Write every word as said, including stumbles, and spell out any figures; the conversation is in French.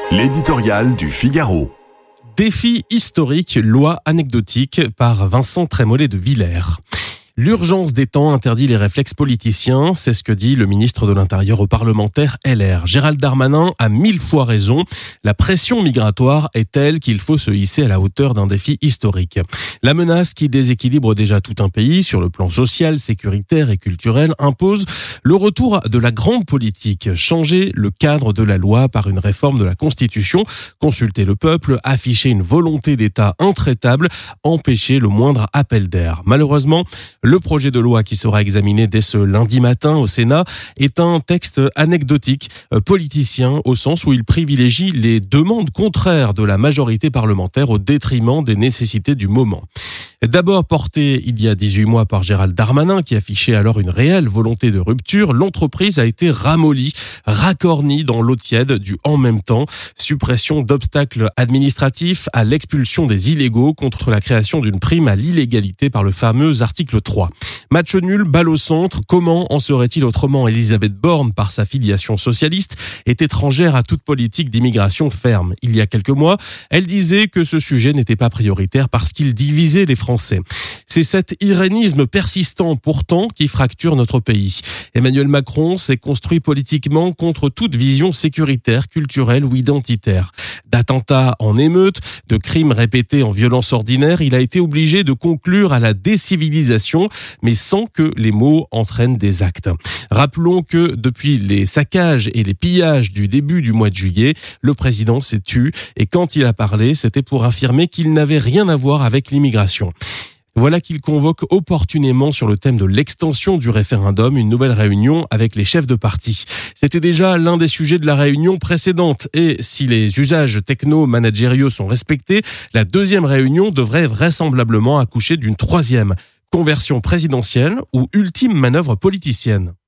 L'éditorial du Figaro. Défi historique, loi anecdotique par Vincent Trémollet de Villers. L'urgence des temps interdit les réflexes politiciens, c'est ce que dit le ministre de l'Intérieur au parlementaire L R. Gérald Darmanin a mille fois raison. La pression migratoire est telle qu'il faut se hisser à la hauteur d'un défi historique. La menace qui déséquilibre déjà tout un pays sur le plan social, sécuritaire et culturel impose le retour de la grande politique, changer le cadre de la loi par une réforme de la Constitution, consulter le peuple, afficher une volonté d'État intraitable, empêcher le moindre appel d'air. Malheureusement, le projet de loi qui sera examiné dès ce lundi matin au Sénat est un texte anecdotique, euh, politicien, au sens où il privilégie les demandes contraires de la majorité parlementaire au détriment des nécessités du moment. D'abord porté il y a dix-huit mois par Gérald Darmanin, qui affichait alors une réelle volonté de rupture, l'entreprise a été ramollie, racornie dans l'eau tiède du en même temps, suppression d'obstacles administratifs à l'expulsion des illégaux contre la création d'une prime à l'illégalité par le fameux article trois. Match nul, balle au centre, comment en serait-il autrement? Elisabeth Borne, par sa filiation socialiste, est étrangère à toute politique d'immigration ferme. Il y a quelques mois, elle disait que ce sujet n'était pas prioritaire parce qu'il divisait les Français. C'est cet irénisme persistant pourtant qui fracture notre pays. Emmanuel Macron s'est construit politiquement contre toute vision sécuritaire, culturelle ou identitaire. D'attentats en émeute, de crimes répétés en violence ordinaire, il a été obligé de conclure à la décivilisation, mais sans que les mots entraînent des actes. Rappelons que depuis les saccages et les pillages du début du mois de juillet, le président s'est tu et quand il a parlé, c'était pour affirmer qu'il n'avait rien à voir avec l'immigration. Voilà qu'il convoque opportunément sur le thème de l'extension du référendum une nouvelle réunion avec les chefs de parti. C'était déjà l'un des sujets de la réunion précédente et si les usages techno-managériaux sont respectés, la deuxième réunion devrait vraisemblablement accoucher d'une troisième conversion présidentielle ou ultime manœuvre politicienne.